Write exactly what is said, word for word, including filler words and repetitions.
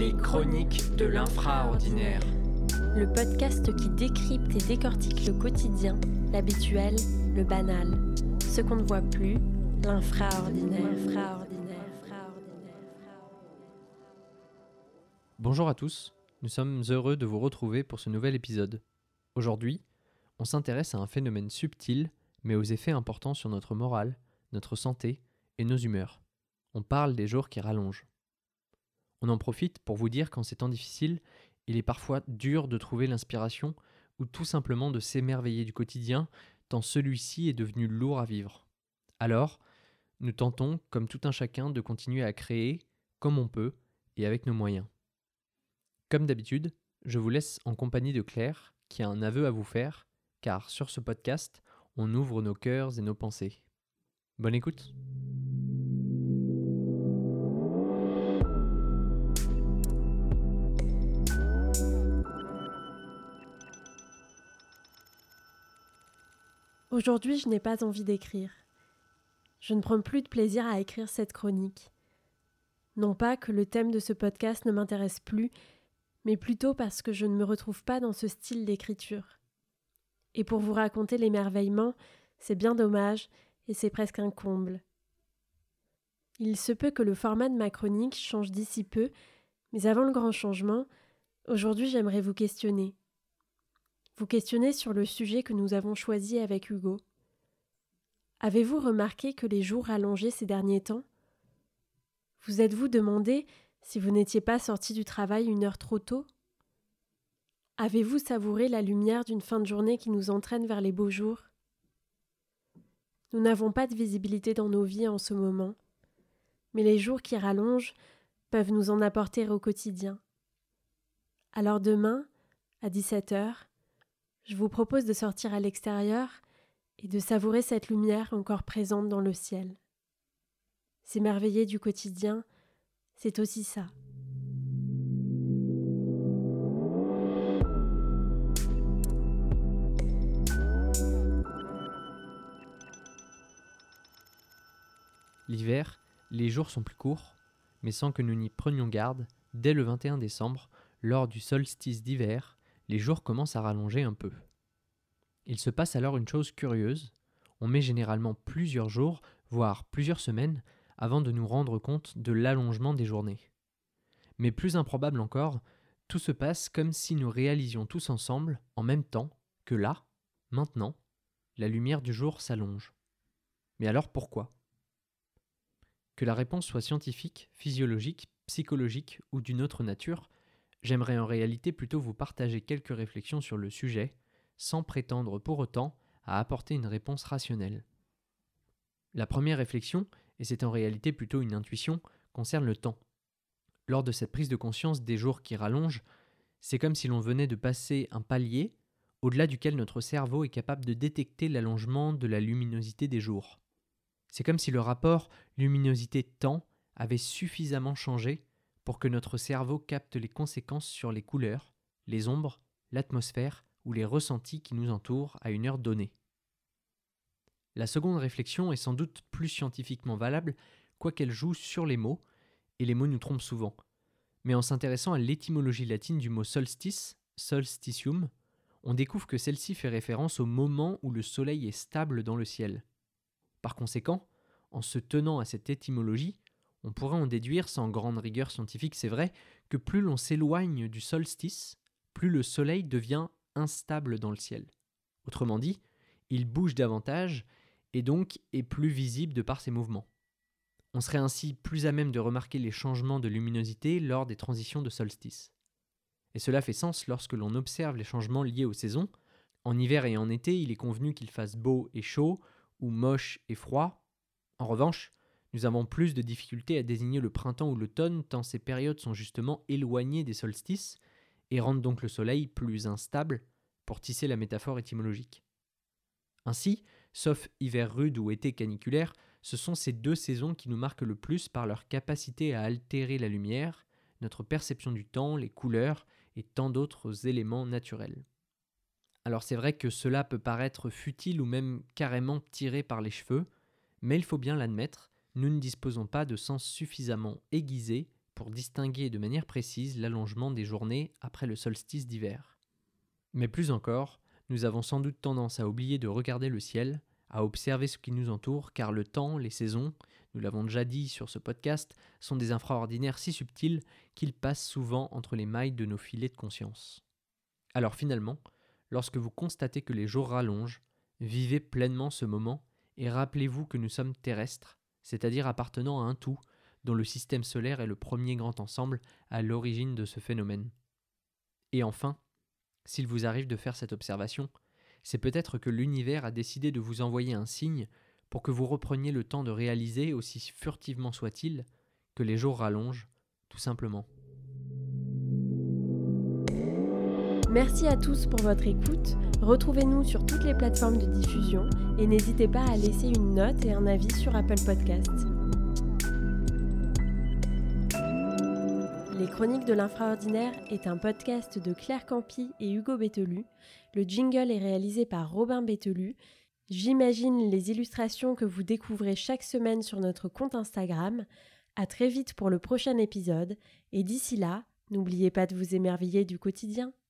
Les chroniques de l'infraordinaire. Le podcast qui décrypte et décortique le quotidien, l'habituel, le banal. Ce qu'on ne voit plus, l'infraordinaire. L'infraordinaire. Bonjour à tous, nous sommes heureux de vous retrouver pour ce nouvel épisode. Aujourd'hui, on s'intéresse à un phénomène subtil, mais aux effets importants sur notre morale, notre santé et nos humeurs. On parle des jours qui rallongent. On en profite pour vous dire qu'en ces temps difficiles, il est parfois dur de trouver l'inspiration ou tout simplement de s'émerveiller du quotidien, tant celui-ci est devenu lourd à vivre. Alors, nous tentons, comme tout un chacun, de continuer à créer comme on peut et avec nos moyens. Comme d'habitude, je vous laisse en compagnie de Claire, qui a un aveu à vous faire, car sur ce podcast, on ouvre nos cœurs et nos pensées. Bonne écoute! Aujourd'hui, je n'ai pas envie d'écrire. Je ne prends plus de plaisir à écrire cette chronique. Non pas que le thème de ce podcast ne m'intéresse plus, mais plutôt parce que je ne me retrouve pas dans ce style d'écriture. Et pour vous raconter l'émerveillement, c'est bien dommage et c'est presque un comble. Il se peut que le format de ma chronique change d'ici peu, mais avant le grand changement, aujourd'hui j'aimerais vous questionner. Vous questionner sur le sujet que nous avons choisi avec Hugo. Avez-vous remarqué que les jours rallongeaient ces derniers temps ? Vous êtes-vous demandé si vous n'étiez pas sorti du travail une heure trop tôt ? Avez-vous savouré la lumière d'une fin de journée qui nous entraîne vers les beaux jours ? Nous n'avons pas de visibilité dans nos vies en ce moment, mais les jours qui rallongent peuvent nous en apporter au quotidien. Alors demain, à dix-sept heures, je vous propose de sortir à l'extérieur et de savourer cette lumière encore présente dans le ciel. S'émerveiller du quotidien, c'est aussi ça. L'hiver, les jours sont plus courts, mais sans que nous n'y prenions garde, dès le vingt et un décembre, lors du solstice d'hiver, les jours commencent à rallonger un peu. Il se passe alors une chose curieuse, on met généralement plusieurs jours, voire plusieurs semaines, avant de nous rendre compte de l'allongement des journées. Mais plus improbable encore, tout se passe comme si nous réalisions tous ensemble, en même temps, que là, maintenant, la lumière du jour s'allonge. Mais alors pourquoi ? Que la réponse soit scientifique, physiologique, psychologique ou d'une autre nature, j'aimerais en réalité plutôt vous partager quelques réflexions sur le sujet, sans prétendre pour autant à apporter une réponse rationnelle. La première réflexion, et c'est en réalité plutôt une intuition, concerne le temps. Lors de cette prise de conscience des jours qui rallongent, c'est comme si l'on venait de passer un palier au-delà duquel notre cerveau est capable de détecter l'allongement de la luminosité des jours. C'est comme si le rapport luminosité-temps avait suffisamment changé pour que notre cerveau capte les conséquences sur les couleurs, les ombres, l'atmosphère ou les ressentis qui nous entourent à une heure donnée. La seconde réflexion est sans doute plus scientifiquement valable, quoiqu'elle joue sur les mots, et les mots nous trompent souvent. Mais en s'intéressant à l'étymologie latine du mot solstice, solstitium, on découvre que celle-ci fait référence au moment où le soleil est stable dans le ciel. Par conséquent, en se tenant à cette étymologie, on pourrait en déduire, sans grande rigueur scientifique c'est vrai, que plus l'on s'éloigne du solstice, plus le soleil devient instable dans le ciel. Autrement dit, il bouge davantage et donc est plus visible de par ses mouvements. On serait ainsi plus à même de remarquer les changements de luminosité lors des transitions de solstice. Et cela fait sens lorsque l'on observe les changements liés aux saisons. En hiver et en été, il est convenu qu'il fasse beau et chaud, ou moche et froid. En revanche, nous avons plus de difficultés à désigner le printemps ou l'automne tant ces périodes sont justement éloignées des solstices et rendent donc le soleil plus instable pour tisser la métaphore étymologique. Ainsi, sauf hiver rude ou été caniculaire, ce sont ces deux saisons qui nous marquent le plus par leur capacité à altérer la lumière, notre perception du temps, les couleurs et tant d'autres éléments naturels. Alors c'est vrai que cela peut paraître futile ou même carrément tiré par les cheveux, mais il faut bien l'admettre, nous ne disposons pas de sens suffisamment aiguisés pour distinguer de manière précise l'allongement des journées après le solstice d'hiver. Mais plus encore, nous avons sans doute tendance à oublier de regarder le ciel, à observer ce qui nous entoure, car le temps, les saisons, nous l'avons déjà dit sur ce podcast, sont des infraordinaires si subtils qu'ils passent souvent entre les mailles de nos filets de conscience. Alors finalement, lorsque vous constatez que les jours rallongent, vivez pleinement ce moment et rappelez-vous que nous sommes terrestres, c'est-à-dire appartenant à un tout, dont le système solaire est le premier grand ensemble à l'origine de ce phénomène. Et enfin, s'il vous arrive de faire cette observation, c'est peut-être que l'univers a décidé de vous envoyer un signe pour que vous repreniez le temps de réaliser, aussi furtivement soit-il, que les jours rallongent, tout simplement. Merci à tous pour votre écoute. Retrouvez-nous sur toutes les plateformes de diffusion et n'hésitez pas à laisser une note et un avis sur Apple Podcasts. Les Chroniques de l'Infraordinaire est un podcast de Claire Campy et Hugo Bételu. Le jingle est réalisé par Robin Bételu. J'imagine les illustrations que vous découvrez chaque semaine sur notre compte Instagram. À très vite pour le prochain épisode et d'ici là, n'oubliez pas de vous émerveiller du quotidien.